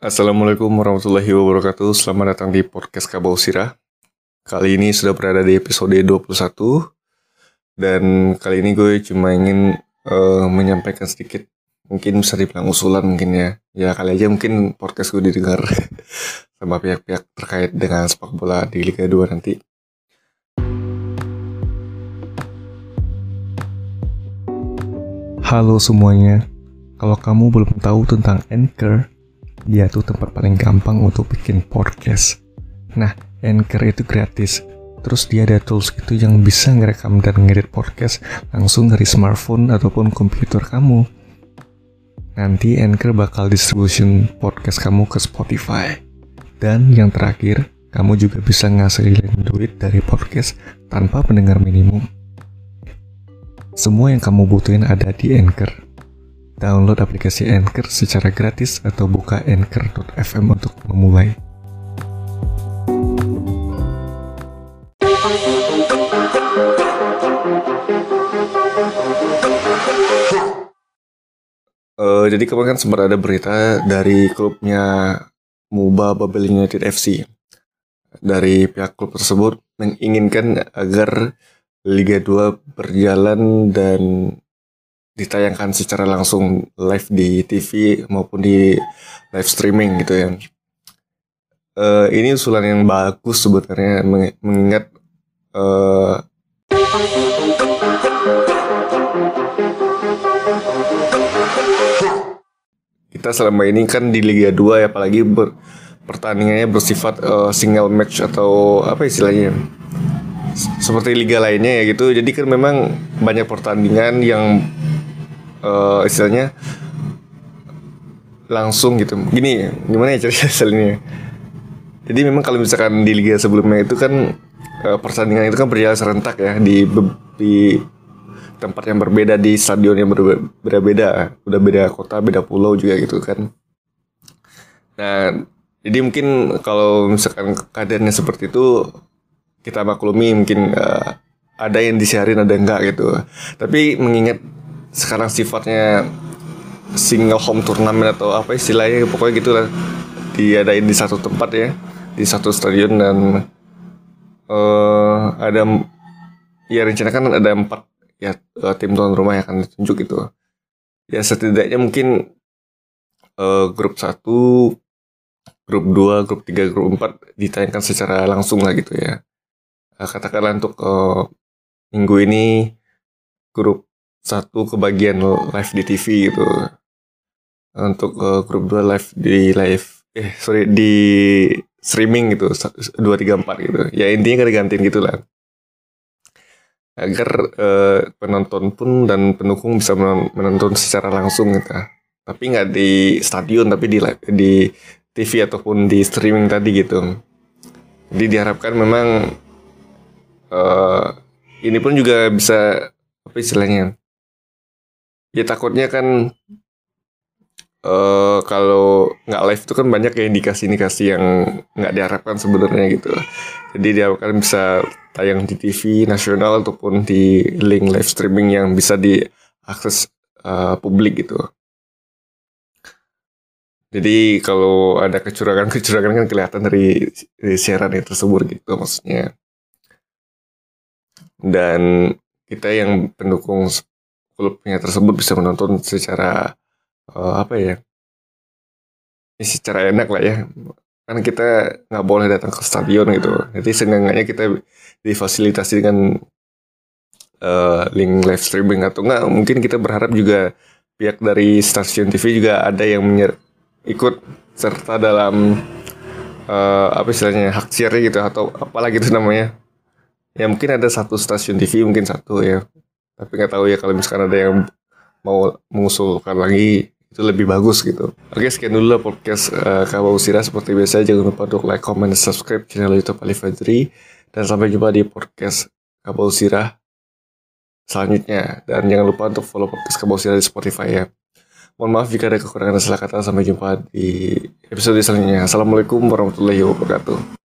Assalamualaikum warahmatullahi wabarakatuh. Selamat datang di podcast Kabau Sirah. Kali ini sudah berada di episode 21. Dan kali ini gue cuma ingin menyampaikan sedikit, mungkin bisa dibilang usulan mungkin ya. Ya kali aja mungkin podcast gue didengar sama pihak-pihak terkait dengan sepak bola di Liga 2 nanti. Halo semuanya. Kalau kamu belum tahu tentang Anchor, dia tuh tempat paling gampang untuk bikin podcast. Nah, Anchor itu gratis. Terus dia ada tools gitu yang bisa ngerekam dan ngedit podcast langsung dari smartphone ataupun komputer kamu. Nanti Anchor bakal distribution podcast kamu ke Spotify. Dan yang terakhir, kamu juga bisa ngasilin duit dari podcast tanpa pendengar minimum. Semua yang kamu butuhin ada di Anchor. Download aplikasi Anchor secara gratis atau buka anchor.fm untuk memulai. Jadi kemarin kan sempat ada berita dari klubnya MUBA Babel United FC. Dari pihak klub tersebut menginginkan agar Liga 2 berjalan dan ditayangkan secara langsung live di TV maupun di live streaming gitu ya. Ini usulan yang bagus sebenarnya, mengingat kita selama ini kan di Liga 2 ya, apalagi pertandingannya bersifat single match atau apa istilahnya, seperti liga lainnya ya gitu. Jadi kan memang banyak pertandingan yang istilahnya langsung gitu. Gimana ya cerita asalnya? Jadi memang kalau misalkan di liga sebelumnya itu kan pertandingan itu kan berjalan serentak ya di tempat yang berbeda, di stadion yang berbeda, udah beda kota, beda pulau juga gitu kan. Nah, jadi mungkin kalau misalkan keadaannya seperti itu, kita maklumi, mungkin ada yang disiarin, ada enggak gitu. Tapi mengingat sekarang sifatnya single home turnamen atau apa istilahnya, pokoknya gitulah, diadain di satu tempat ya, di satu stadion, dan ada ya rencana kan ada 4 ya tim tuan rumah yang akan ditunjuk gitu. Ya setidaknya mungkin grup 1, grup 2, grup 3, grup 4 ditayangkan secara langsung lah gitu ya. Katakanlah untuk minggu ini grup 1 kebagian live di TV gitu. Untuk grup 2 live di streaming gitu, 2, 3, 4 gitu. Ya intinya kan digantiin gitu lah. Agar penonton pun dan pendukung bisa menonton secara langsung gitu. Tapi nggak di stadion, tapi di TV ataupun di streaming tadi gitu. Jadi diharapkan memang ini pun juga bisa apa istilahnya, ya takutnya kan kalau nggak live itu kan banyak ya indikasi-indikasi yang nggak diharapkan sebenarnya gitu. Jadi diharapkan bisa tayang di TV nasional ataupun di link live streaming yang bisa diakses publik gitu. Jadi kalau ada kecurangan kan kelihatan dari siaran yang tersebut gitu maksudnya. Dan kita yang pendukung klubnya tersebut bisa menonton secara secara enak lah ya. Kan kita nggak boleh datang ke stadion gitu. Jadi seenggaknya kita difasilitasi dengan link live streaming, atau enggak mungkin kita berharap juga pihak dari stasiun TV juga ada yang ikut serta dalam apa istilahnya, hak siarnya gitu, atau apalah gitu namanya. Ya mungkin ada satu stasiun TV, mungkin satu ya. Tapi nggak tahu ya kalau misalkan ada yang mau mengusulkan lagi, itu lebih bagus gitu. Oke, sekian dulu lah podcast Kabau Sirah. Seperti biasa, jangan lupa untuk like, comment, dan subscribe channel YouTube Ali Fajri. Dan sampai jumpa di podcast Kabau Sirah selanjutnya. Dan jangan lupa untuk follow podcast Kabau Sirah di Spotify ya. Mohon maaf jika ada kekurangan dan salah kata. Sampai jumpa di episode selanjutnya. Assalamualaikum warahmatullahi wabarakatuh.